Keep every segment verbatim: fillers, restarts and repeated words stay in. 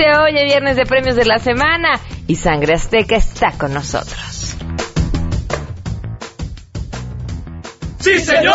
se oye, viernes de premios de la semana, y Sangre Azteca está con nosotros. ¡Sí, señor!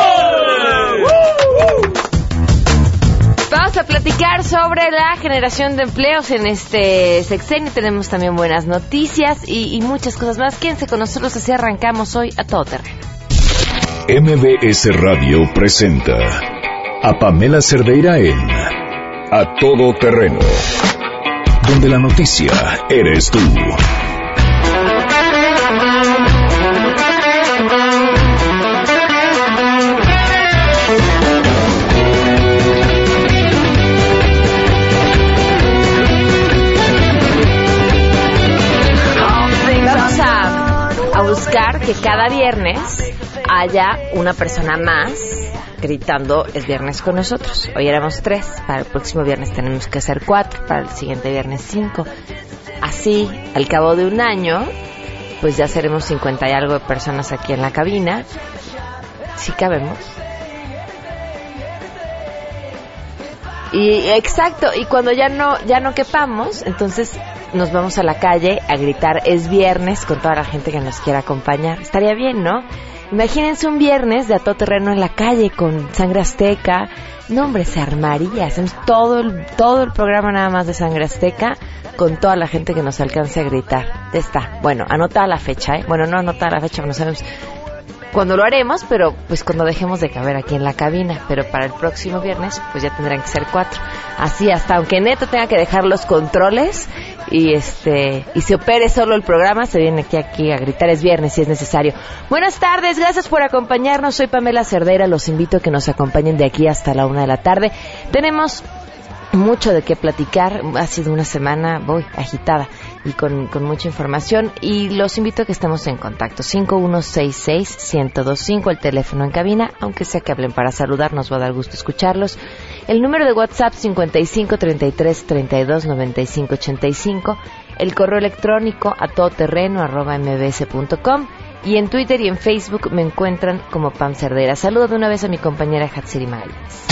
Vamos a platicar sobre la generación de empleos en este sexenio. Tenemos también buenas noticias y, y muchas cosas más. Quédense con nosotros, así arrancamos hoy a todo terreno. M B S Radio presenta a Pamela Cerdeira en A Todo Terreno, donde la noticia eres tú. Vamos a, a buscar que cada viernes haya una persona más gritando es viernes con nosotros. Hoy éramos tres, para el próximo viernes tenemos que hacer cuatro, para el siguiente viernes cinco. Así, al cabo de un año, pues ya seremos cincuenta y algo de personas aquí en la cabina. Si cabemos. Y exacto, y cuando ya no, ya no quepamos, entonces nos vamos a la calle a gritar es viernes con toda la gente que nos quiera acompañar. Estaría bien, ¿no? Imagínense un viernes de A Todo Terreno en la calle con Sangre Azteca. No, hombre, se armaría. Hacemos todo el, todo el programa nada más de Sangre Azteca con toda la gente que nos alcance a gritar. Ya está. Bueno, anotada la fecha, ¿eh? Bueno, no anotada la fecha, no sabemos cuándo lo haremos, pero pues cuando dejemos de caber aquí en la cabina. Pero para el próximo viernes, pues ya tendrán que ser cuatro. Así hasta, aunque Neto tenga que dejar los controles y este y se opere solo el programa, se viene aquí, aquí a gritar es viernes si es necesario. Buenas tardes, gracias por acompañarnos. Soy Pamela Cerdeira, los invito a que nos acompañen de aquí hasta la una de la tarde. Tenemos mucho de qué platicar, ha sido una semana voy agitada y con, con mucha información, y los invito a que estemos en contacto. Cinco uno seis seis, uno cero dos cinco, el teléfono en cabina, aunque sea que hablen para saludar, nos va a dar gusto escucharlos. El número de WhatsApp cincuenta y cinco, treinta y tres, treinta y dos, noventa y cinco, ochenta y cinco, el correo electrónico a todoterreno arroba mbs punto com, y en Twitter y en Facebook me encuentran como Pam Cerdeira. Saludo de una vez a mi compañera Hatsiri Magallanes.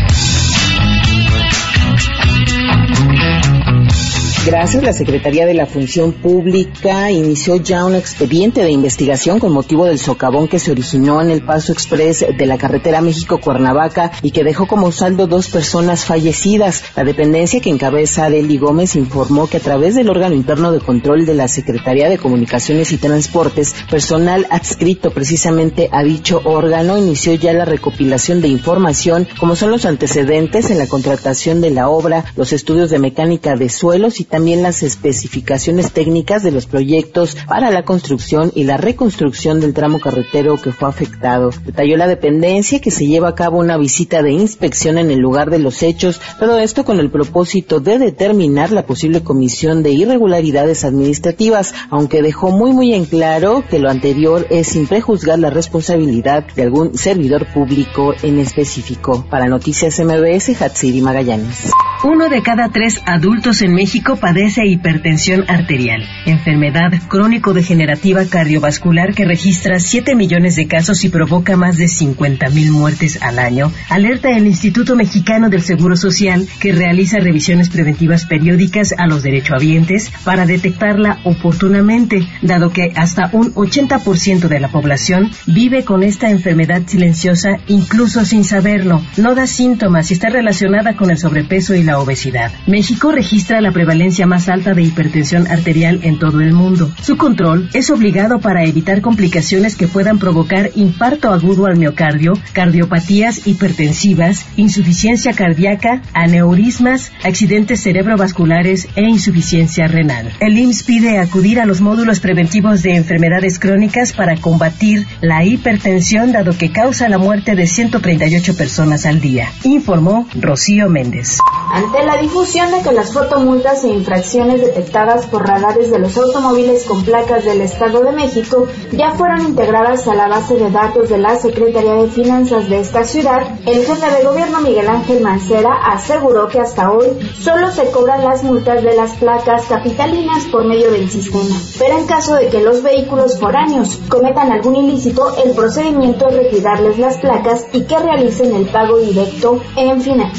Gracias. La Secretaría de la Función Pública inició ya un expediente de investigación con motivo del socavón que se originó en el Paso Express de la carretera México-Cuernavaca y que dejó como saldo dos personas fallecidas. La dependencia que encabeza Adely Gómez informó que a través del órgano interno de control de la Secretaría de Comunicaciones y Transportes, personal adscrito precisamente a dicho órgano inició ya la recopilación de información, como son los antecedentes en la contratación de la obra, los estudios de mecánica de suelos y también las especificaciones técnicas de los proyectos para la construcción y la reconstrucción del tramo carretero que fue afectado. Detalló la dependencia que se lleva a cabo una visita de inspección en el lugar de los hechos, todo esto con el propósito de determinar la posible comisión de irregularidades administrativas, aunque dejó muy muy en claro que lo anterior es sin prejuzgar la responsabilidad de algún servidor público en específico. Para Noticias M B S, Hatsiri Magallanes. Uno de cada tres adultos en México padece hipertensión arterial, enfermedad crónico-degenerativa cardiovascular que registra siete millones de casos y provoca más de cincuenta mil muertes al año, alerta el Instituto Mexicano del Seguro Social, que realiza revisiones preventivas periódicas a los derechohabientes para detectarla oportunamente, dado que hasta un ochenta por ciento de la población vive con esta enfermedad silenciosa incluso sin saberlo, no da síntomas y está relacionada con el sobrepeso y la obesidad. México registra la prevalencia más alta de hipertensión arterial en todo el mundo. Su control es obligado para evitar complicaciones que puedan provocar infarto agudo al miocardio, cardiopatías hipertensivas, insuficiencia cardíaca, aneurismas, accidentes cerebrovasculares e insuficiencia renal. El I M S S pide acudir a los módulos preventivos de enfermedades crónicas para combatir la hipertensión, dado que causa la muerte de ciento treinta y ocho personas al día, informó Rocío Méndez. Ante la difusión de que las fotomultas e infracciones detectadas por radares de los automóviles con placas del Estado de México ya fueron integradas a la base de datos de la Secretaría de Finanzas de esta ciudad, el jefe de gobierno Miguel Ángel Mancera aseguró que hasta hoy solo se cobran las multas de las placas capitalinas por medio del sistema, pero en caso de que los vehículos foráneos cometan algún ilícito, el procedimiento es retirarles las placas y que realicen el pago directo en finanzas.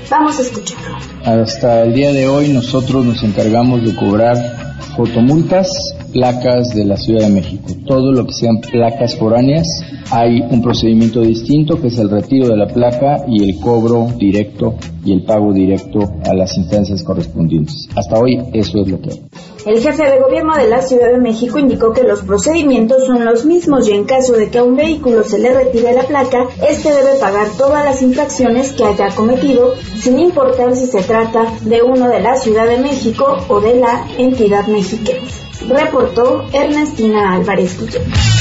Vamos a escucharlo. Hasta el día de hoy nosotros nos encargamos de cobrar fotomultas, placas de la Ciudad de México. Todo lo que sean placas foráneas, hay un procedimiento distinto que es el retiro de la placa y el cobro directo y el pago directo a las instancias correspondientes. Hasta hoy eso es lo que hay. El jefe de gobierno de la Ciudad de México indicó que los procedimientos son los mismos y en caso de que a un vehículo se le retire la placa, este debe pagar todas las infracciones que haya cometido, sin importar si se trata de uno de la Ciudad de México o de la entidad mexicana. Reportó Ernestina Álvarez Guillén.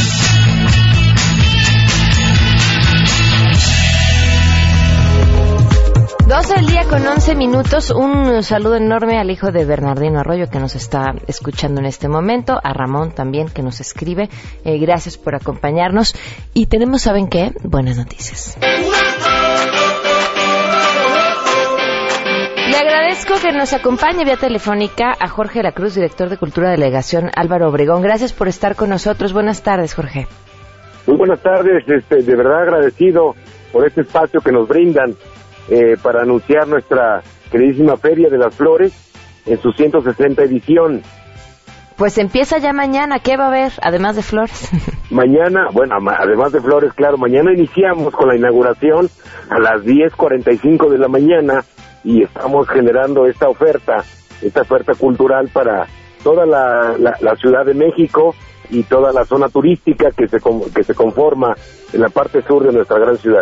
doce del día con once minutos. Un saludo enorme al hijo de Bernardino Arroyo que nos está escuchando en este momento, a Ramón también que nos escribe. Eh, gracias por acompañarnos. Y tenemos, ¿saben qué? Buenas noticias. Le agradezco que nos acompañe vía telefónica a Jorge de la Cruz, director de Cultura Delegación Álvaro Obregón. Gracias por estar con nosotros. Buenas tardes, Jorge. Muy buenas tardes. Este, de verdad agradecido por este espacio que nos brindan. Eh, para anunciar nuestra queridísima Feria de las Flores en su ciento sesenta edición. Pues empieza ya mañana. ¿Qué va a haber, además de flores? Mañana, bueno, además de flores, claro, mañana iniciamos con la inauguración a las diez cuarenta y cinco de la mañana y estamos generando esta oferta, esta oferta cultural para toda la, la, la Ciudad de México y toda la zona turística que se, que se conforma en la parte sur de nuestra gran ciudad.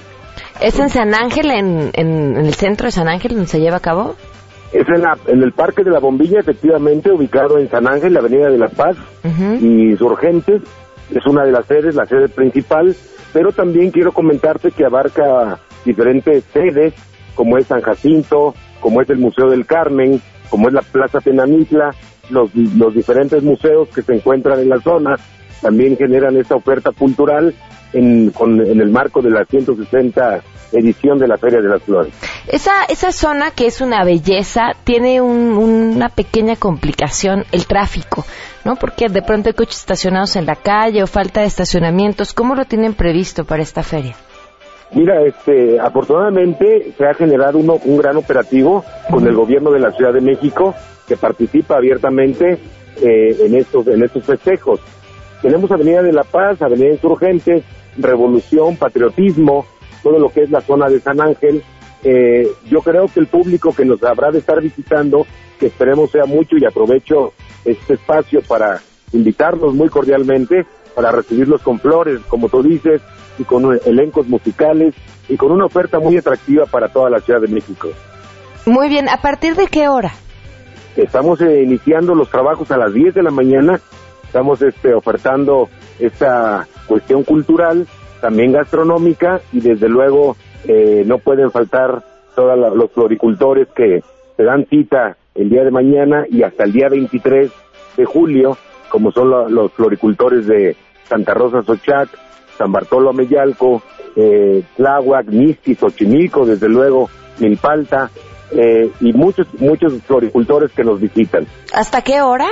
¿Es en San Ángel, en, en, en el centro de San Ángel, donde se lleva a cabo? Es en, la, en el Parque de la Bombilla, efectivamente, ubicado en San Ángel, la Avenida de la Paz uh-huh. y Insurgentes. Es una de las sedes, la sede principal, pero también quiero comentarte que abarca diferentes sedes, como es San Jacinto, como es el Museo del Carmen, como es la Plaza Tenamistla, los, los diferentes museos que se encuentran en la zona, también generan esta oferta cultural en, con, en el marco de la ciento sesenta edición de la Feria de las Flores. Esa, esa zona que es una belleza tiene un, una pequeña complicación, el tráfico, ¿no? Porque de pronto hay coches estacionados en la calle o falta de estacionamientos. ¿Cómo lo tienen previsto para esta feria? Mira, este, afortunadamente se ha generado uno, un gran operativo con el gobierno de la Ciudad de México que participa abiertamente eh, en estos, en estos festejos. Tenemos Avenida de la Paz, Avenida Insurgentes, Revolución, Patriotismo, todo lo que es la zona de San Ángel. Eh, yo creo que el público que nos habrá de estar visitando, que esperemos sea mucho, y aprovecho este espacio para invitarlos muy cordialmente, para recibirlos con flores, como tú dices, y con elencos musicales, y con una oferta muy atractiva para toda la Ciudad de México. Muy bien, ¿a partir de qué hora? Estamos eh, iniciando los trabajos a las diez de la mañana. Estamos este, ofertando esta cuestión cultural, también gastronómica, y desde luego eh, no pueden faltar todos los floricultores que se dan cita el día de mañana y hasta el día veintitrés de julio, como son lo, los floricultores de Santa Rosa Xochac, San Bartolo Ameyalco, eh, Tláhuac, Mixti, Xochimilco, desde luego Milpalta, eh, y muchos muchos floricultores que nos visitan. ¿Hasta qué hora?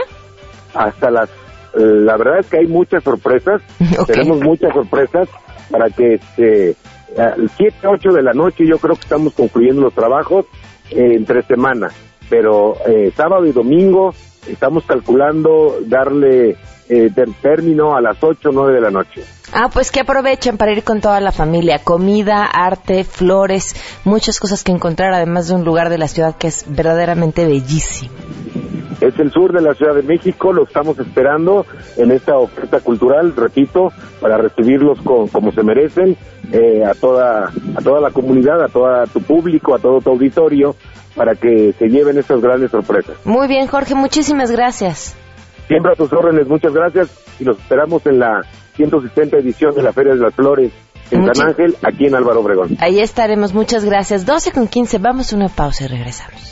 Hasta las La verdad es que hay muchas sorpresas, okay. Tenemos muchas sorpresas para que este, siete, ocho de la noche yo creo que estamos concluyendo los trabajos eh, entre semana, pero eh, sábado y domingo estamos calculando darle eh, ter- término a las ocho, nueve de la noche. Ah, pues que aprovechen para ir con toda la familia, comida, arte, flores, muchas cosas que encontrar, además de un lugar de la ciudad que es verdaderamente bellísimo. Es el sur de la Ciudad de México, lo estamos esperando en esta oferta cultural, repito, para recibirlos con, como se merecen, eh, a toda a toda la comunidad, a todo tu público, a todo tu auditorio, para que se lleven estas grandes sorpresas. Muy bien, Jorge, muchísimas gracias. Siempre a tus órdenes, muchas gracias, y los esperamos en la ciento sesenta edición de la Feria de las Flores en Muchi- San Ángel, aquí en Álvaro Obregón. Ahí estaremos, muchas gracias. doce con quince, vamos a una pausa y regresamos.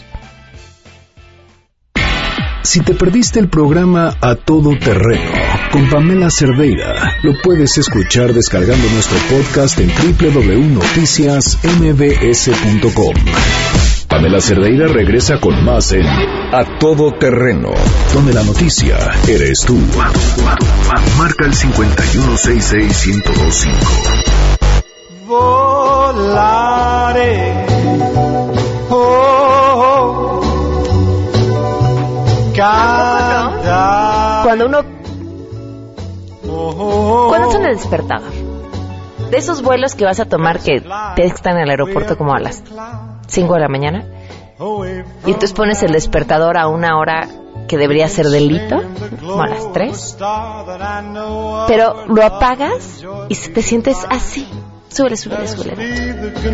Si te perdiste el programa A Todo Terreno con Pamela Cerdeira, lo puedes escuchar descargando nuestro podcast en doble u doble u doble u punto noticias eme be ese punto com. Pamela Cerdeira regresa con más en A Todo Terreno, donde la noticia eres tú. Marca el cincuenta y uno sesenta y seis, ciento veinticinco. Volare cuando uno... Cuando son el despertador. De esos vuelos que vas a tomar que tienes que estar en el aeropuerto como a las cinco de la mañana. Y entonces pones el despertador a una hora que debería ser delito, como a las tres. Pero lo apagas y te sientes así. Súbele, súbele, súbele.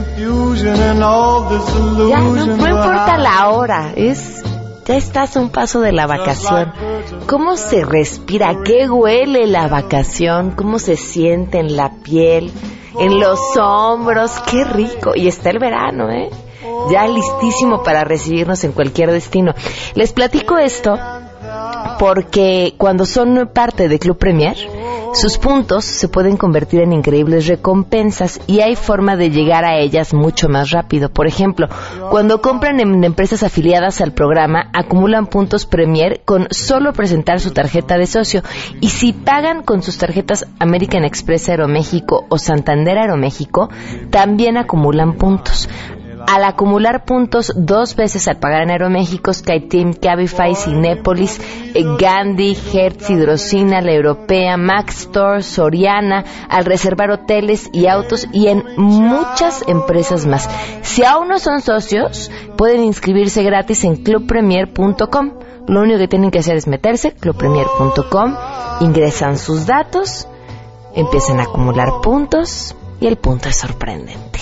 Ya, no, no importa la hora, es... Ya estás a un paso de la vacación. ¿Cómo se respira? ¿Qué huele la vacación? ¿Cómo se siente en la piel? En los hombros. ¡Qué rico! Y está el verano, ¿eh? Ya listísimo para recibirnos en cualquier destino. Les platico esto porque cuando son parte de Club Premier, sus puntos se pueden convertir en increíbles recompensas y hay forma de llegar a ellas mucho más rápido. Por ejemplo, cuando compran en empresas afiliadas al programa, acumulan puntos Premier con solo presentar su tarjeta de socio. Y si pagan con sus tarjetas American Express Aeroméxico o Santander Aeroméxico, también acumulan puntos. Al acumular puntos dos veces al pagar en Aeroméxico, SkyTeam, Cabify, Cinépolis, eh, Gandhi, Hertz, Hidrocina, La Europea, Max Store, Soriana, al reservar hoteles y autos y en muchas empresas más. Si aún no son socios, pueden inscribirse gratis en club premier punto com. Lo único que tienen que hacer es meterse, club premier punto com, ingresan sus datos, empiezan a acumular puntos y el punto es sorprendente.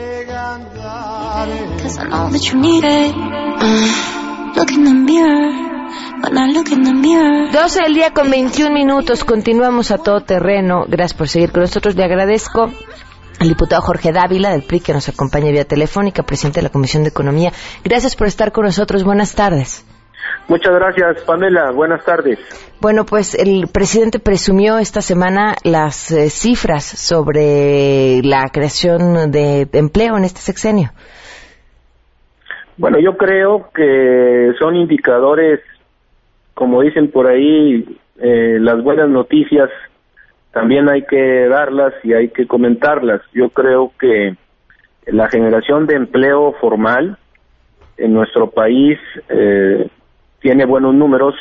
doce del día con veintiún minutos. Continuamos a todo terreno. Gracias por seguir con nosotros. Le agradezco al diputado Jorge Dávila del P R I que nos acompaña vía telefónica, presidente de la Comisión de Economía. Gracias por estar con nosotros. Buenas tardes. Muchas gracias, Pamela. Buenas tardes. Bueno, pues el presidente presumió esta semana las eh, cifras sobre la creación de empleo en este sexenio. Bueno, yo creo que son indicadores, como dicen por ahí, eh, las buenas noticias también hay que darlas y hay que comentarlas. Yo creo que la generación de empleo formal en nuestro país eh, tiene buenos números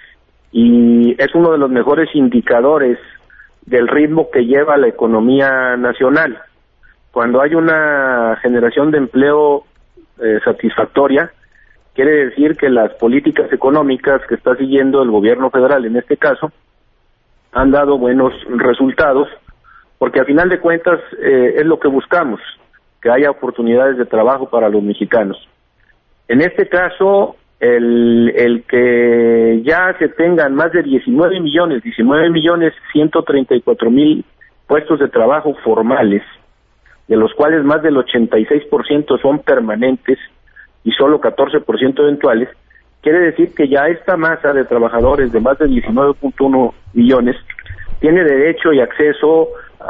y es uno de los mejores indicadores del ritmo que lleva la economía nacional. Cuando hay una generación de empleo eh, satisfactoria, quiere decir que las políticas económicas que está siguiendo el gobierno federal, en este caso, han dado buenos resultados, porque a final de cuentas eh, es lo que buscamos, que haya oportunidades de trabajo para los mexicanos. En este caso, el, el que ya se tengan más de diecinueve millones, diecinueve millones ciento treinta y cuatro mil puestos de trabajo formales, de los cuales más del ochenta y seis por ciento son permanentes y solo catorce por ciento eventuales, quiere decir que ya esta masa de trabajadores de más de diecinueve punto uno millones tiene derecho y acceso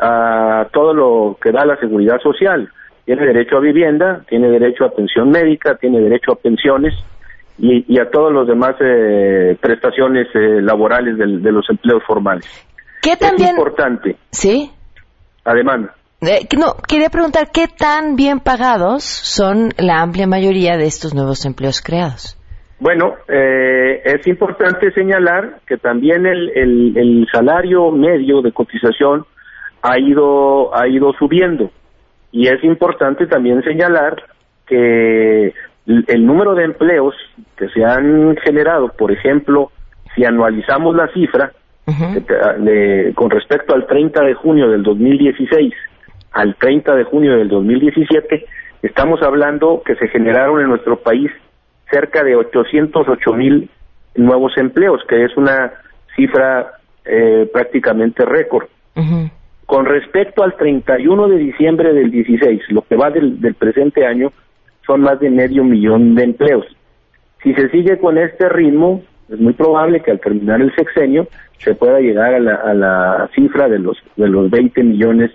a todo lo que da la seguridad social. Tiene derecho a vivienda, tiene derecho a atención médica, tiene derecho a pensiones y, y a todos los demás eh, prestaciones eh, laborales de, de los empleos formales. ¿Qué también? Es importante. Sí. Además. Eh, no, quería preguntar, ¿qué tan bien pagados son la amplia mayoría de estos nuevos empleos creados? Bueno, eh, es importante señalar que también el, el, el salario medio de cotización ha ido ha ido subiendo y es importante también señalar que el, el número de empleos que se han generado, por ejemplo, si anualizamos la cifra uh-huh. de, de, con respecto al treinta de junio del dos mil dieciséis al treinta de junio del dos mil diecisiete, estamos hablando que se generaron en nuestro país cerca de ochocientos ocho mil nuevos empleos, que es una cifra eh, prácticamente récord. Uh-huh. Con respecto al treinta y uno de diciembre del dieciséis, lo que va del, del presente año, son más de medio millón de empleos. Si se sigue con este ritmo, es muy probable que al terminar el sexenio se pueda llegar a la, a la cifra de los de los veinte millones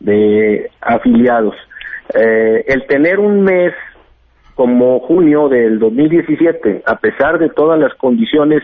de afiliados. Eh, el tener un mes como junio del dos mil diecisiete, a pesar de todas las condiciones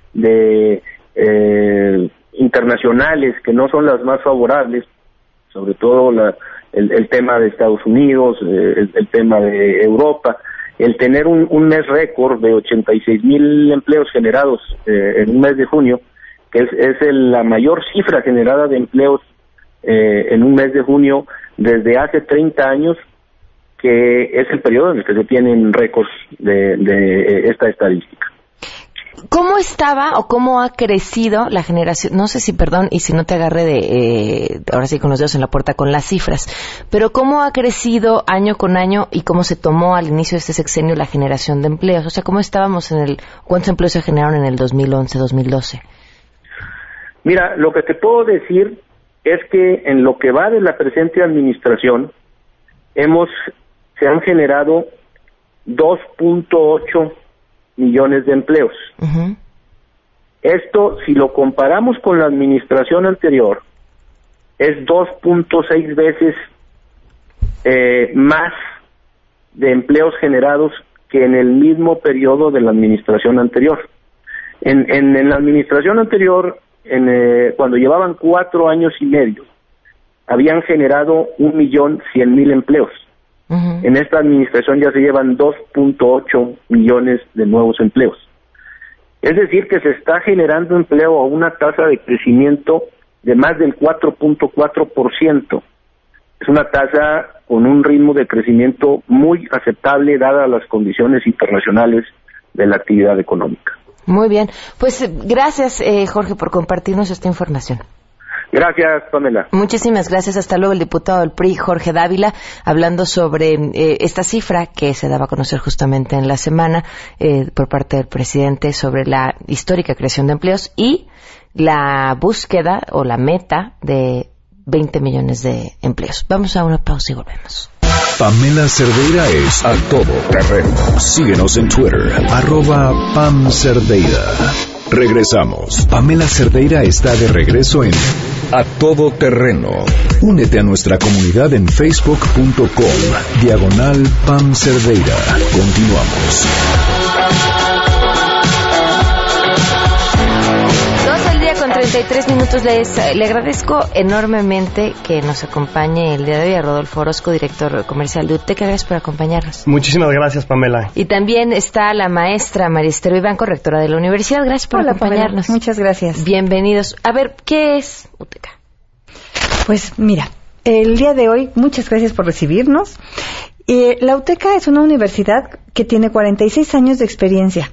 de eh, internacionales que no son las más favorables, sobre todo la, el, el tema de Estados Unidos, eh, el, el tema de Europa, el tener un, un mes récord de ochenta y seis mil empleos generados eh, en un mes de junio, que es, es el, la mayor cifra generada de empleos eh, en un mes de junio desde hace treinta años, que es el periodo en el que se tienen récords de, de esta estadística. ¿Cómo estaba o cómo ha crecido la generación? No sé si, perdón, y si no te agarré de, eh, ahora sí con los dedos en la puerta con las cifras, pero ¿cómo ha crecido año con año y cómo se tomó al inicio de este sexenio la generación de empleos? O sea, ¿cómo estábamos en el, cuántos empleos se generaron en el dos mil once, dos mil doce? Mira, lo que te puedo decir es que en lo que va de la presente administración, hemos, se han generado dos punto ocho millones de empleos. Uh-huh. Esto, si lo comparamos con la administración anterior, es dos punto seis veces eh, más de empleos generados que en el mismo periodo de la administración anterior. En, en, en la administración anterior, en, eh, cuando llevaban cuatro años y medio, habían generado un millón cien mil empleos. Uh-huh. En esta administración ya se llevan dos punto ocho millones de nuevos empleos. Es decir, que se está generando empleo a una tasa de crecimiento de más del cuatro punto cuatro por ciento. Es una tasa con un ritmo de crecimiento muy aceptable dadas las condiciones internacionales de la actividad económica. Muy bien. Pues gracias, eh, Jorge, por compartirnos esta información. Gracias, Pamela. Muchísimas gracias. Hasta luego, el diputado del P R I, Jorge Dávila, hablando sobre eh, esta cifra que se daba a conocer justamente en la semana eh, por parte del presidente sobre la histórica creación de empleos y la búsqueda o la meta de veinte millones de empleos. Vamos a una pausa y volvemos. Pamela Cerdeira es a todo terreno. Síguenos en Twitter, arroba Pam Cerdeira. Regresamos. Pamela Cerdeira está de regreso en A Todo Terreno. Únete a nuestra comunidad en facebook punto com, diagonal Pam Cerdeira. Continuamos. Con treinta y tres minutos les, le agradezco enormemente que nos acompañe el día de hoy a Rodolfo Orozco, director comercial de UTECA. Gracias por acompañarnos. Muchísimas gracias, Pamela. Y también está la maestra María Esther Vivanco, rectora de la universidad. Gracias por Hola, acompañarnos. Pamela. Muchas gracias. Bienvenidos. A ver, ¿qué es UTECA? Pues mira, el día de hoy, muchas gracias por recibirnos. Eh, la UTECA es una universidad que tiene cuarenta y seis años de experiencia.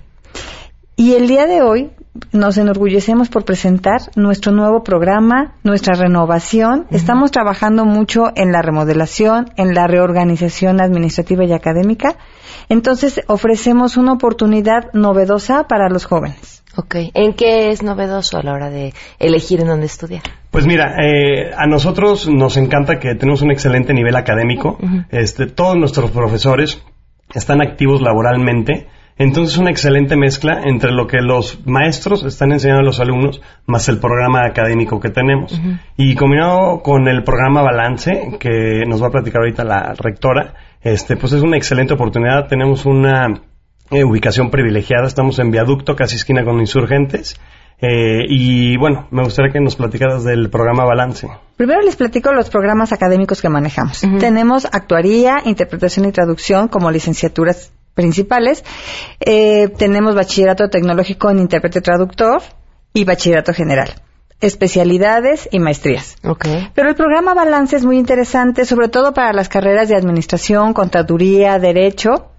Y el día de hoy nos enorgullecemos por presentar nuestro nuevo programa, nuestra renovación. Uh-huh. Estamos trabajando mucho en la remodelación, en la reorganización administrativa y académica. Entonces, ofrecemos una oportunidad novedosa para los jóvenes. Okay. ¿En qué es novedoso a la hora de elegir en dónde estudiar? Pues mira, eh, a nosotros nos encanta que tenemos un excelente nivel académico. Uh-huh. Este, todos nuestros profesores están activos laboralmente. Entonces, una excelente mezcla entre lo que los maestros están enseñando a los alumnos, más el programa académico que tenemos. Uh-huh. Y combinado con el programa Balance, que nos va a platicar ahorita la rectora, este, pues es una excelente oportunidad. Tenemos una eh, ubicación privilegiada. Estamos en Viaducto, casi esquina con Insurgentes. Eh, y bueno, me gustaría que nos platicaras del programa Balance. Primero les platico los programas académicos que manejamos. Uh-huh. Tenemos actuaría, interpretación y traducción como licenciaturas principales. Eh, tenemos bachillerato tecnológico en intérprete traductor y bachillerato general, especialidades y maestrías. Okay. Pero el programa Balance es muy interesante, sobre todo para las carreras de administración, contaduría, derecho,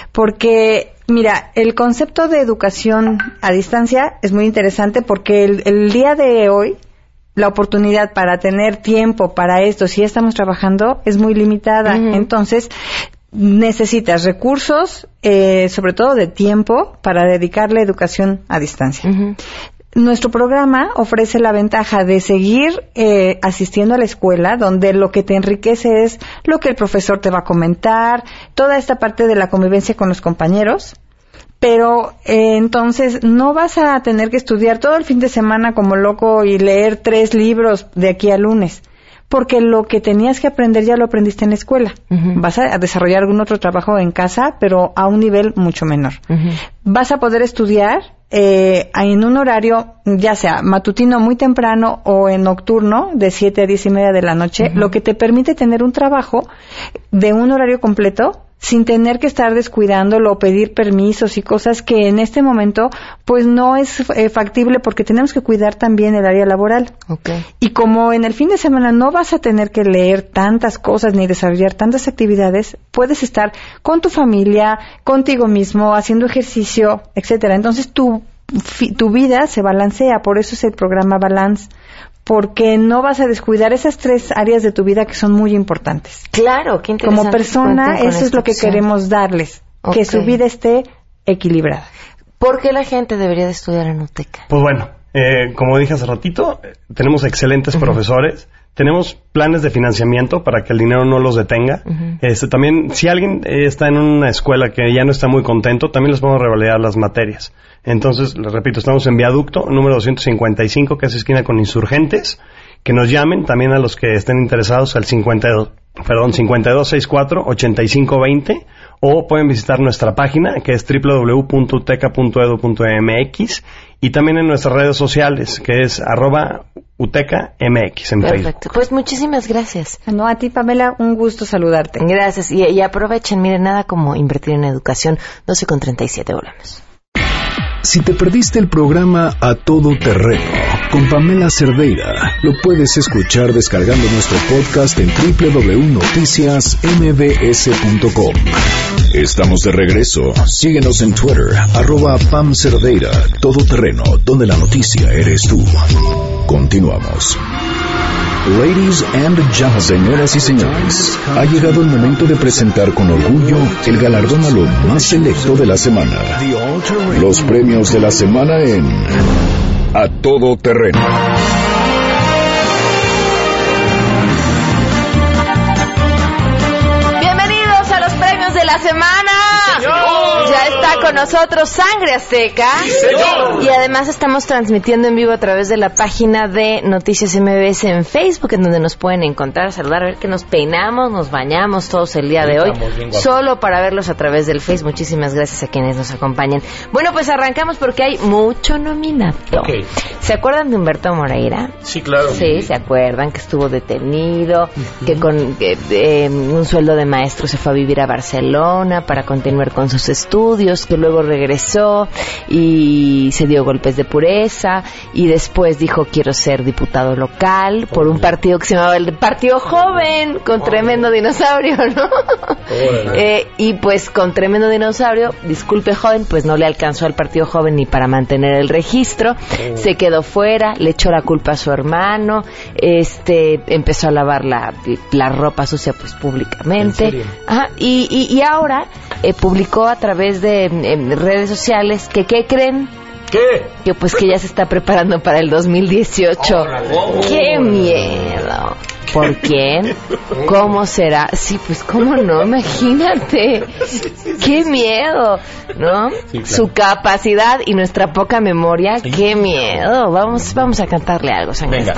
porque mira, el concepto de educación a distancia es muy interesante porque el, el día de hoy la oportunidad para tener tiempo para esto, si ya estamos trabajando, es muy limitada. Uh-huh. Entonces, necesitas recursos, eh, sobre todo de tiempo, para dedicarle educación a distancia. Uh-huh. Nuestro programa ofrece la ventaja de seguir eh, asistiendo a la escuela, donde lo que te enriquece es lo que el profesor te va a comentar, toda esta parte de la convivencia con los compañeros, pero eh, entonces no vas a tener que estudiar todo el fin de semana como loco y leer tres libros de aquí a lunes, porque lo que tenías que aprender ya lo aprendiste en la escuela. Uh-huh. Vas a desarrollar algún otro trabajo en casa, pero a un nivel mucho menor. Uh-huh. Vas a poder estudiar eh, en un horario, ya sea matutino muy temprano o en nocturno, de siete a diez y media de la noche, uh-huh. lo que te permite tener un trabajo de un horario completo sin tener que estar descuidándolo o pedir permisos y cosas que en este momento pues no es eh, factible porque tenemos que cuidar también el área laboral. Okay. Y como en el fin de semana no vas a tener que leer tantas cosas ni desarrollar tantas actividades, puedes estar con tu familia, contigo mismo, haciendo ejercicio, etcétera. Entonces tu tu vida se balancea, por eso es el programa Balance, porque no vas a descuidar esas tres áreas de tu vida que son muy importantes. Claro, qué interesante. Como persona, eso es lo que opción. queremos darles, okay. que su vida esté equilibrada. ¿Por qué la gente debería de estudiar en UTECA? Pues bueno, eh, como dije hace ratito, tenemos excelentes uh-huh. profesores. Tenemos planes de financiamiento para que el dinero no los detenga. Uh-huh. Este, también, si alguien eh, está en una escuela que ya no está muy contento, también les podemos revalidar las materias. Entonces, les repito, estamos en Viaducto, número doscientos cincuenta y cinco, que es esquina con Insurgentes. Que nos llamen también a los que estén interesados al cincuenta y dos, perdón, cincuenta y dos sesenta y cuatro, ochenta y cinco veinte, o pueden visitar nuestra página, que es doble u doble u doble u punto uteca punto edu punto eme equis, y también en nuestras redes sociales, que es arroba uteca eme equis en Perfecto. Facebook. Pues muchísimas gracias. No, a ti, Pamela, un gusto saludarte. Gracias. Y, y aprovechen, miren, nada como invertir en educación. doce con treinta y siete, volvemos. Si te perdiste el programa A Todo Terreno con Pamela Cerdeira, lo puedes escuchar descargando nuestro podcast en doble u doble u doble u punto noticias eme be ese punto com. Estamos de regreso. Síguenos en Twitter, arroba Pam Cerdeira, Todo Terreno, donde la noticia eres tú. Continuamos. Ladies and gentlemen, señoras y señores, ha llegado el momento de presentar con orgullo el galardón a lo más selecto de la semana. Los premios de la semana en A Todo Terreno. Bienvenidos a los premios de la semana. Ya está con nosotros Sangre Azteca. ¡Sí, señor! Y además estamos transmitiendo en vivo a través de la página de Noticias M B S en Facebook, en donde nos pueden encontrar, saludar, a ver que nos peinamos, nos bañamos todos el día de hoy, solo para verlos a través del Facebook. Muchísimas gracias a quienes nos acompañan. Bueno, pues arrancamos porque hay mucho nominado. Okay. ¿Se acuerdan de Humberto Moreira? Sí, claro. Sí, ¿se acuerdan? Que estuvo detenido, uh-huh. que con que, eh, un sueldo de maestro se fue a vivir a Barcelona para continuar con sus estudios, que luego regresó y se dio golpes de pureza y después dijo quiero ser diputado local por un partido que se llamaba el Partido Joven, con tremendo dinosaurio, ¿no? eh, y pues con tremendo dinosaurio, disculpe joven, pues no le alcanzó al Partido Joven ni para mantener el registro, oh. se quedó fuera, le echó la culpa a su hermano, este empezó a lavar la, la ropa sucia pues públicamente. Ajá, y, y, y ahora eh, publicó a través de eh, redes sociales que ¿qué creen? ¿Qué? Que pues que ya se está preparando para el dos mil dieciocho. Oh, ¡qué miedo! ¿Por quién? ¿Cómo será? Sí, pues cómo no, imagínate. ¡Qué miedo! ¿No? Sí, claro. Su capacidad y nuestra poca memoria, sí. ¡Qué miedo! Vamos, vamos a cantarle algo, Sangre. Venga.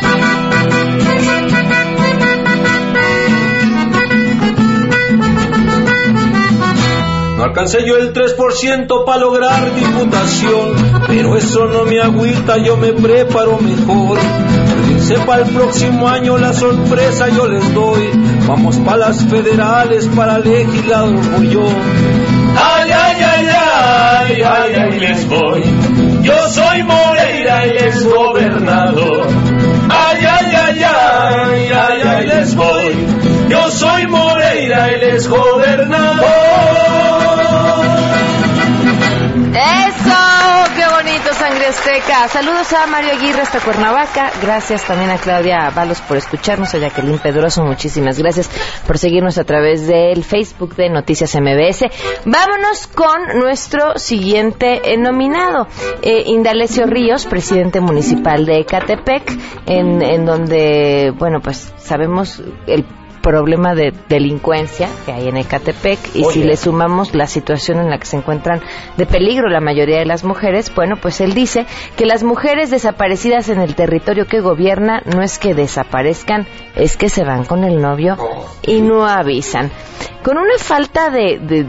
No alcancé yo el tres por ciento para lograr diputación, pero eso no me agüita, yo me preparo mejor. Sepa el próximo año la sorpresa yo les doy. Vamos pa' las federales, para legislador voy yo. Ay, ay, ay, ay, ay, ay, les voy. Yo soy Moreira y les gobernador. Ay, ay, ay, ay, ay, ay, les voy. Yo soy Moreira y les gobernador. ¡Eso! ¡Qué bonito, Sangre Azteca! Saludos a Mario Aguirre hasta Cuernavaca. Gracias también a Claudia Balos por escucharnos. A Jacqueline Pedroso, muchísimas gracias por seguirnos a través del Facebook de Noticias M B S. Vámonos con nuestro siguiente eh, nominado. Eh, Indalecio Ríos, presidente municipal de Ecatepec, en, en donde, bueno, pues sabemos el problema de delincuencia que hay en Ecatepec y Oye. si le sumamos la situación en la que se encuentran de peligro la mayoría de las mujeres, bueno, pues él dice que las mujeres desaparecidas en el territorio que gobierna no es que desaparezcan, es que se van con el novio y no avisan. Con una falta de, de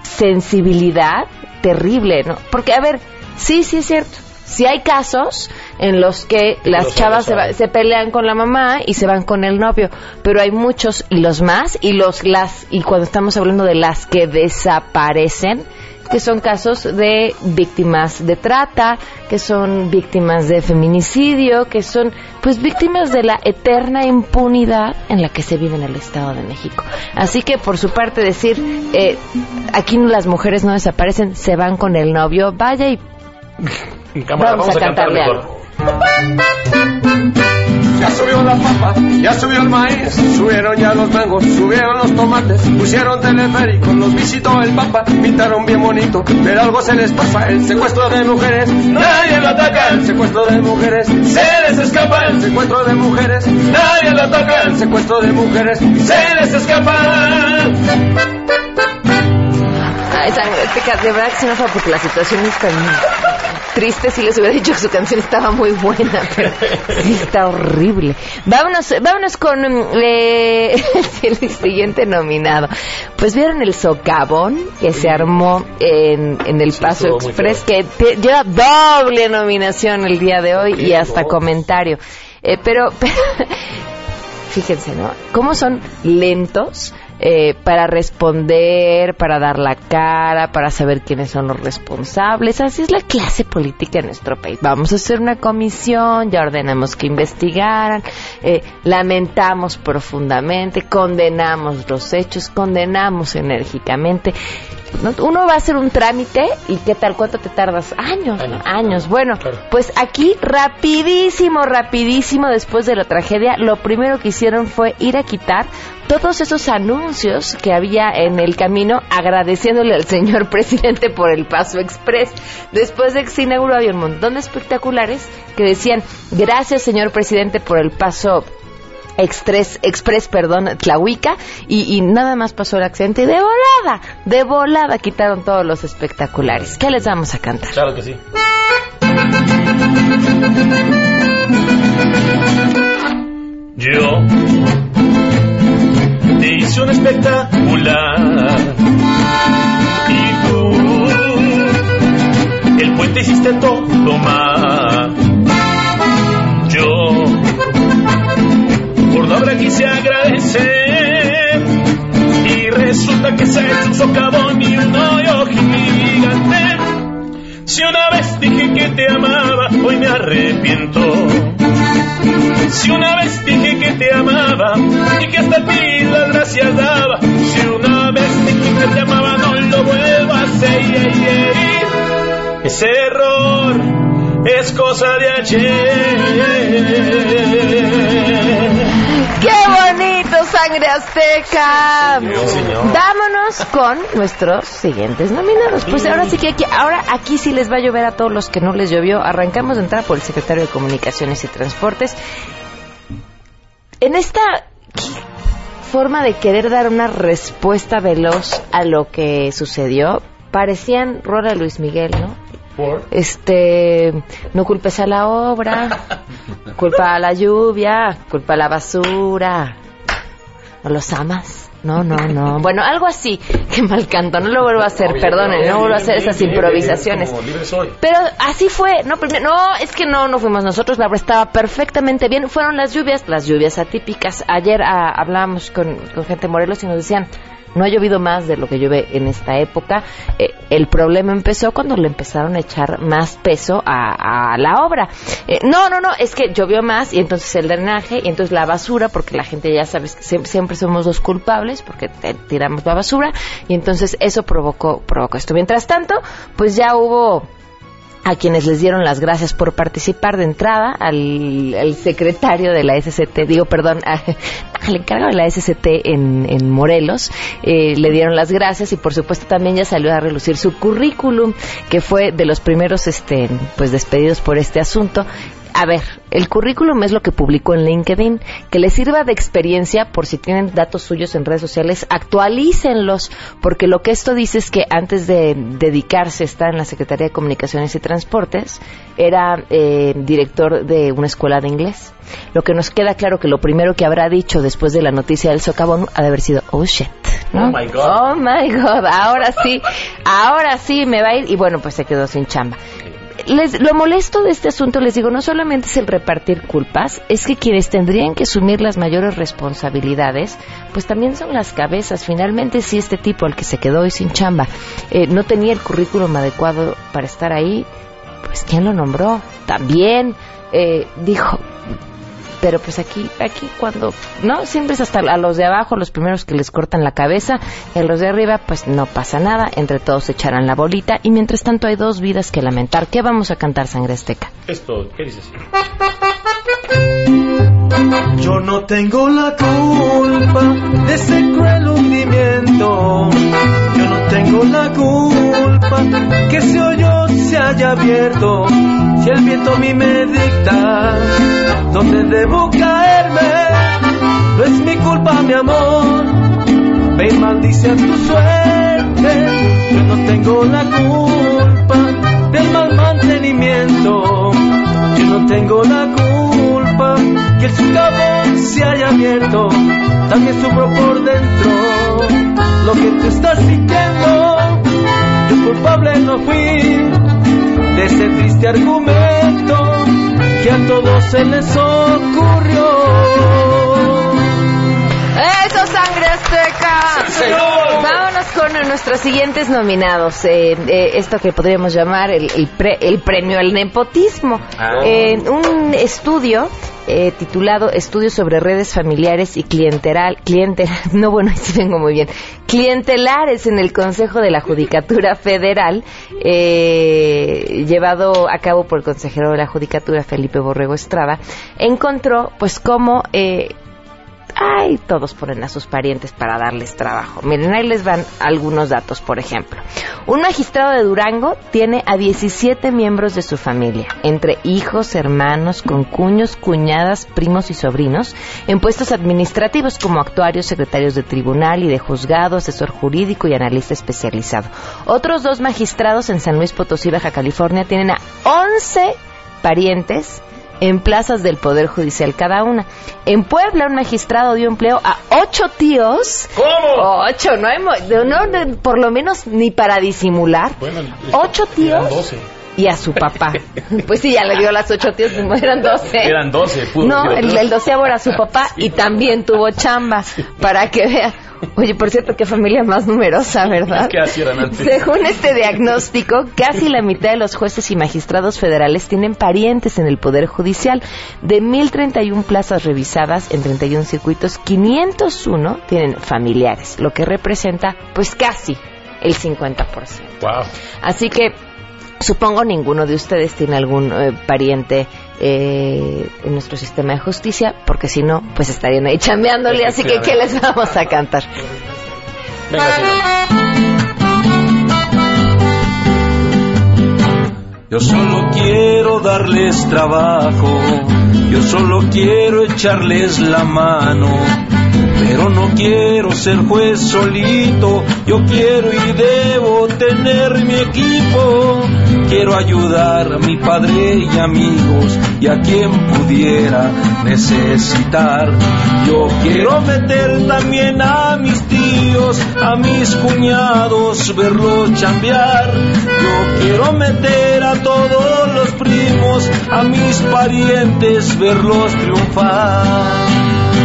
sensibilidad terrible, ¿no? Porque, a ver, sí, sí es cierto, sí hay casos en los que las chavas se, va, se pelean con la mamá y se van con el novio, pero hay muchos, y los más, y los las y cuando estamos hablando de las que desaparecen, que son casos de víctimas de trata, que son víctimas de feminicidio, que son pues víctimas de la eterna impunidad en la que se vive en el Estado de México. Así que por su parte decir, eh, aquí las mujeres no desaparecen, se van con el novio, vaya y cámara, vamos, vamos a, a cantarle algo. Ya subió la papa, ya subió el maíz, subieron ya los mangos, subieron los tomates, pusieron teleféricos, los visitó el papa, pintaron bien bonito, pero algo se les pasa, el secuestro de mujeres, nadie lo ataca, el secuestro de mujeres, se les escapa, el secuestro de mujeres, nadie lo ataca, el secuestro de mujeres, se les escapa. Ay, sangre, de verdad que se enoja porque la situación es tan triste. Si les hubiera dicho que su canción estaba muy buena, pero sí está horrible. Vámonos, vámonos con eh, el siguiente nominado. Pues vieron el socavón que se armó en, en el Paso Express, que te, lleva doble nominación el día de hoy y hasta comentario. Eh, pero, pero fíjense, ¿no? Cómo son lentos Eh, para responder, para dar la cara, para saber quiénes son los responsables. Así es la clase política en nuestro país. Vamos a hacer una comisión, ya ordenamos que investigaran, eh, lamentamos profundamente, condenamos los hechos, condenamos enérgicamente. Uno va a hacer un trámite y ¿qué tal? ¿Cuánto te tardas? Años, años. años. Bueno, claro. Pues aquí rapidísimo, rapidísimo, después de la tragedia, lo primero que hicieron fue ir a quitar todos esos anuncios que había en el camino, agradeciéndole al señor presidente por el Paso Express. Después de que se inauguró había un montón de espectaculares que decían, gracias señor presidente por el Paso Express, Express, perdón, Tlahuica, y, y nada más pasó el accidente y de volada, de volada quitaron todos los espectaculares. ¿Qué les vamos a cantar? Claro que sí. Yo te hice un espectacular y tú el puente hiciste todo mal. Yo por la obra quise agradecer y resulta que se ha hecho un socavón y un hoyo gigante. Si una vez dije que te amaba, hoy me arrepiento. Si una vez dije que te amaba y que hasta ti las gracias daba, si una vez dije que te amaba, no lo vuelvo a hacer. Ese error es cosa de ayer. ¡Qué bonito, Sangre Azteca! Sí, señor. Vámonos con nuestros siguientes nominados. Pues ahora sí que aquí, ahora aquí sí les va a llover a todos los que no les llovió. Arrancamos de entrada por el secretario de Comunicaciones y Transportes. En esta forma de querer dar una respuesta veloz a lo que sucedió, parecían Rola Luis Miguel, ¿no? ¿Por? Este, no culpes a la obra, culpa a la lluvia, culpa a la basura, no los amas. No, no, no. Bueno, algo así. Qué mal canto. No lo vuelvo a hacer, perdonen. No vuelvo a hacer esas improvisaciones. Pero así fue. No, no, es que no, no fuimos nosotros. La obra estaba perfectamente bien. Fueron las lluvias, las lluvias atípicas. Ayer a, hablábamos con, con gente de Morelos y nos decían, no ha llovido más de lo que llueve en esta época. Eh, el problema empezó cuando le empezaron a echar más peso a, a la obra. Eh, no, no, no, es que llovió más y entonces el drenaje y entonces la basura, porque la gente ya sabe que siempre, siempre somos los culpables porque te, tiramos la basura y entonces eso provocó, provocó esto. Mientras tanto, pues ya hubo a quienes les dieron las gracias por participar de entrada, al, al secretario de la S C T, digo, perdón, a, al encargado de la S C T en, en Morelos, eh, le dieron las gracias y por supuesto también ya salió a relucir su currículum, que fue de los primeros este, pues despedidos por este asunto. A ver, el currículum es lo que publicó en LinkedIn, que les sirva de experiencia por si tienen datos suyos en redes sociales, actualícenlos, porque lo que esto dice es que antes de dedicarse a estar en la Secretaría de Comunicaciones y Transportes, era eh, director de una escuela de inglés. Lo que nos queda claro que lo primero que habrá dicho después de la noticia del socavón ha de haber sido, oh shit, ¿no? Oh my God. Oh my God, ahora sí, ahora sí me va a ir, y bueno, pues se quedó sin chamba. les, lo molesto de este asunto, les digo, no solamente es el repartir culpas, es que quienes tendrían que asumir las mayores responsabilidades, pues también son las cabezas. Finalmente, si este tipo, al que se quedó hoy sin chamba, eh, no tenía el currículum adecuado para estar ahí, pues ¿quién lo nombró? También eh, dijo... Pero pues aquí, aquí cuando, ¿no? Siempre es hasta a los de abajo, los primeros que les cortan la cabeza, y a los de arriba, pues no pasa nada, entre todos se echarán la bolita, y mientras tanto hay dos vidas que lamentar. ¿Qué vamos a cantar, Sangre Azteca? Esto, ¿qué dices? Yo no tengo la culpa de ese cruel hundimiento. Yo no tengo la culpa que ese hoyo se haya abierto. Si el viento a mí me dicta dónde debo caerme, no es mi culpa, mi amor. Ve y maldice a tu suerte. Yo no tengo la culpa del mal mantenimiento. Yo no tengo la culpa que el socavón se haya abierto. También sufro por dentro lo que tú estás sintiendo. Yo culpable no fui de ese triste argumento que a todos se les ocurrió. ¡Eso, Sangre Azteca! ¡Sí, señor! Vámonos con nuestros siguientes nominados. Eh, eh, esto que podríamos llamar el, el, pre, el premio al nepotismo. Ah. Eh, un estudio eh, titulado Estudios sobre redes familiares y clienteral, cliente, no, bueno, ahí sí vengo muy bien, clientelares en el Consejo de la Judicatura Federal, eh, llevado a cabo por el consejero de la Judicatura, Felipe Borrego Estrada, encontró, pues, cómo... Eh, Ay, todos ponen a sus parientes para darles trabajo. Miren, ahí les van algunos datos, por ejemplo. Un magistrado de Durango tiene a diecisiete miembros de su familia, entre hijos, hermanos, concuños, cuñadas, primos y sobrinos, en puestos administrativos como actuarios, secretarios de tribunal y de juzgado, asesor jurídico y analista especializado. Otros dos magistrados en San Luis Potosí, Baja California, tienen a once parientes en plazas del Poder Judicial cada una. En Puebla, un magistrado dio empleo a ocho tíos. ¿Cómo? Ocho, no hay, mo- no, no, por lo menos ni para disimular. Bueno, ocho tíos. eran doce. Y a su papá. Pues sí, ya le dio las ocho tíos, como eran doce. Eran doce. Pudo No, decir, el, el doceavo era su papá y también tuvo chamba, para que vea. Oye, por cierto, qué familia más numerosa, ¿verdad? ¿Qué así eran antes? Según este diagnóstico, casi la mitad de los jueces y magistrados federales tienen parientes en el Poder Judicial. De mil treinta y una plazas revisadas en treinta y uno circuitos, quinientos uno tienen familiares, lo que representa, pues, casi el cincuenta por ciento. Wow. Así que supongo ninguno de ustedes tiene algún eh, pariente eh, en nuestro sistema de justicia, porque si no, pues estarían ahí chambeándole. Así que, ¿qué les vamos a cantar? Venga, señor. Yo solo quiero darles trabajo, yo solo quiero echarles la mano, pero no quiero ser juez solito, yo quiero y debo tener mi equipo. Quiero ayudar a mi padre y amigos y a quien pudiera necesitar. Yo quiero meter también a mis tíos, a mis cuñados, verlos chambear. Yo quiero meter a todos los primos, a mis parientes, verlos triunfar.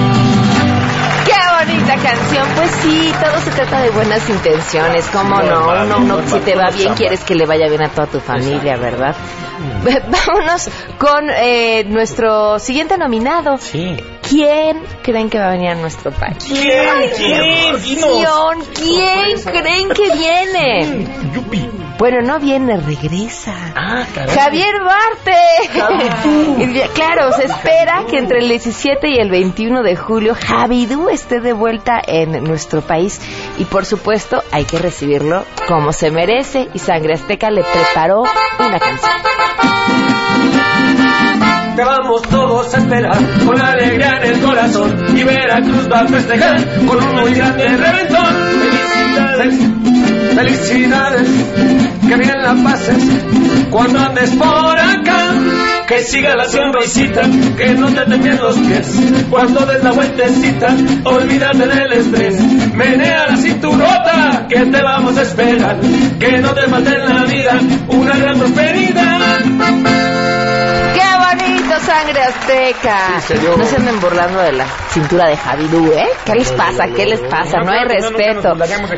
Bonita canción, pues sí, todo se trata de buenas intenciones, ¿cómo no? Uno, uno, si te va bien, quieres que le vaya bien a toda tu familia, ¿verdad? Vámonos con eh, nuestro siguiente nominado. Sí. ¿Quién creen que va a venir a nuestro país? ¿Quién? Ay, ¿Quién? qué emoción. ¿Quién creen que viene? Yupi. Bueno, no viene, regresa. Ah, caray. Javier Barte. Claro, se espera que entre el diecisiete y el veintiuno de julio Javidú esté de vuelta en nuestro país y por supuesto hay que recibirlo como se merece y Sangre Azteca le preparó una canción. Te vamos todos a esperar con alegría en el corazón y Veracruz va a festejar con un muy grande reventón. Felicidades, felicidades, que bien la pases cuando andes por acá. que siga la sonrisita, que no te temblén los pies, cuando des la vueltecita, olvídate del estrés, menea la cinturota, que te vamos a esperar, que no te falte en la vida una gran prosperidad. ¡Qué bonito, Sangre Azteca! Sí, no se anden burlando de la cintura de Javidú, ¿eh? ¿Qué les pasa? ¿Qué les pasa? No hay respeto.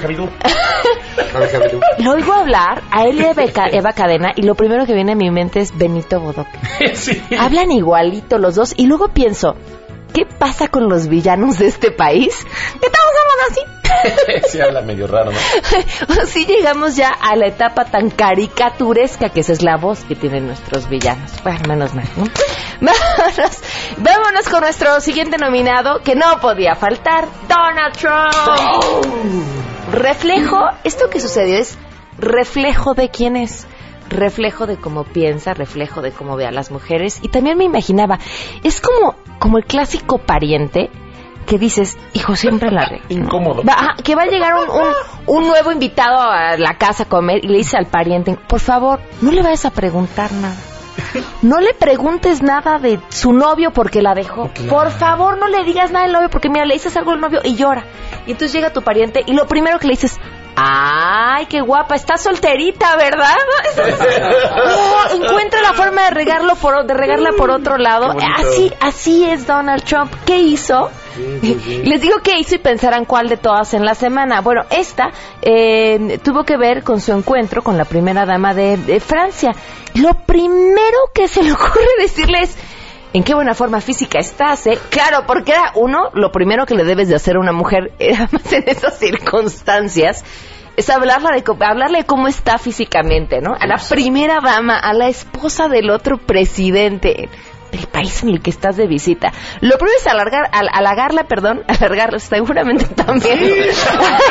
Lo oigo hablar a él y a Eva, Eva Cadena y lo primero que viene a mi mente es Benito Bodoque. Sí. Hablan igualito los dos y luego pienso, ¿qué pasa con los villanos de este país? ¿Qué estamos hablando así? Sí, habla medio raro, ¿no? O sí llegamos ya a la etapa tan caricaturesca que esa es la voz que tienen nuestros villanos. Bueno, menos mal, ¿no? Vámonos, vámonos con nuestro siguiente nominado, que no podía faltar, Donald Trump. Oh. Reflejo, esto que sucedió es reflejo de quién es. Reflejo de cómo piensa, reflejo de cómo ve a las mujeres. Y también me imaginaba, es como, como el clásico pariente que dices, hijo, siempre la regla. Incómodo. Va, que va a llegar un, un, un nuevo invitado a la casa a comer y le dice al pariente, por favor, no le vayas a preguntar nada. No le preguntes nada de su novio porque la dejó. Claro. Por favor, no le digas nada del novio porque mira, le dices algo al novio y llora. Y entonces llega tu pariente y lo primero que le dices, ay, qué guapa, está solterita, ¿verdad? No, encuentra la forma de regarlo por, de regarla por otro lado. Así, así es Donald Trump. ¿Qué hizo? Sí, sí, sí. Les digo qué hizo y pensarán cuál de todas en la semana. Bueno, esta eh, tuvo que ver con su encuentro con la primera dama de, de Francia. Lo primero que se le ocurre decirle es, ¿en qué buena forma física estás, eh? Claro, porque era uno, lo primero que le debes de hacer a una mujer, además en esas circunstancias, es hablarle de, hablarle de cómo está físicamente, ¿no? A la primera dama, a la esposa del otro presidente del país en el que estás de visita. Lo primero es alargar, al, halagarla, perdón, alargarla, seguramente también. Sí.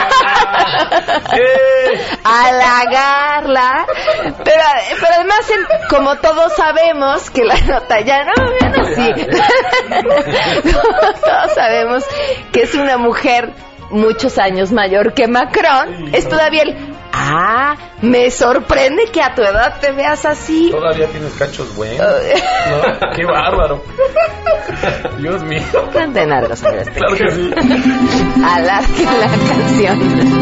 Halagarla. Pero, pero además, en, como todos sabemos que la nota ya no, ya no, sí. Como todos sabemos que es una mujer muchos años mayor que Macron, es todavía el... Ah, me sorprende que a tu edad te veas así. Todavía tienes cachos buenos. ¿No? Qué bárbaro. Dios mío. Canten algo sobre este. Claro que sí. Alargue la canción.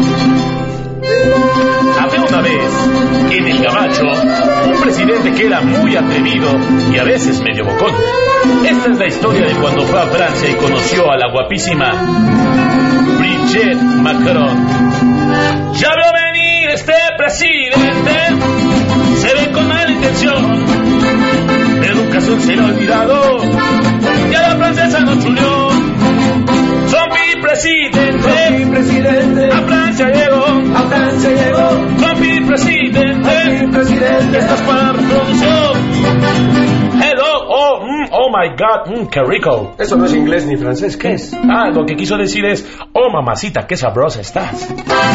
Había una vez que en el Gabacho un presidente que era muy atrevido y a veces medio bocón. Esta es la historia de cuando fue a Francia y conoció a la guapísima Brigitte Macron. Ya veo venir este presidente, se ve con mala intención, pero nunca son será olvidado, ya la francesa no chuleó. Son mi presidente, mi presidente, a Francia llegó, a Francia llegó. Son mi presidente, mi presidente, estás para reproducción. Hello, oh, mm, oh my God, mm, qué rico. Eso no es inglés ni francés, ¿qué es? Ah, lo que quiso decir es, oh mamacita, qué sabrosa estás.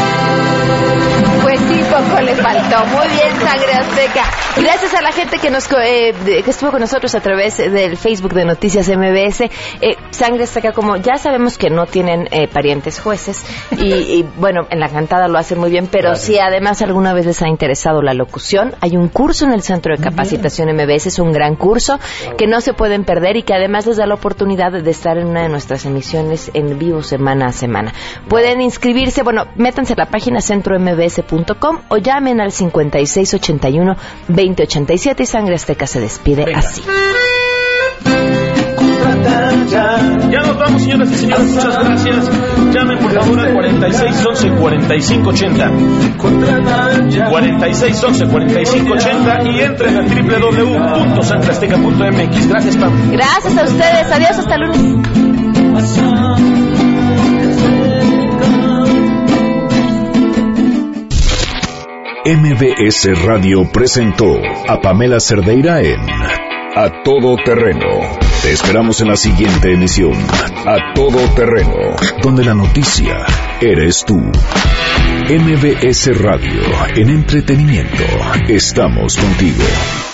Pues sí, poco le faltó. Muy bien, Sangre Azteca. Gracias a la gente que nos eh, que estuvo con nosotros a través del Facebook de Noticias M B S. Eh, Sangre Azteca, como ya sabemos que no tienen eh, parientes jueces y, y bueno, en la cantada lo hacen muy bien, pero Gracias. Si además alguna vez les ha interesado la locución, hay un curso en el Centro de Capacitación M B S, es un gran curso que no se pueden perder y que además les da la oportunidad de estar en una de nuestras emisiones en vivo semana a semana. Pueden inscribirse, bueno, métanse a la página centro m b s punto com o llamen al cincuenta y seis ochenta y uno veinte ochenta y siete y Sangre Azteca se despide Venga. Así. Ya nos vamos, señoras y señores, muchas gracias. Llamen por favor al cuarenta y seis once cuarenta y cinco ochenta cuarenta y seis once cuarenta y cinco ochenta y entren a doble u doble u doble u punto sangre azteca punto m x. Gracias, Pam. Gracias a ustedes, adiós, hasta el lunes. M B S Radio presentó a Pamela Cerdeira en A Todo Terreno. Te esperamos en la siguiente emisión, A Todo Terreno, donde la noticia eres tú. M B S Radio, en entretenimiento, estamos contigo.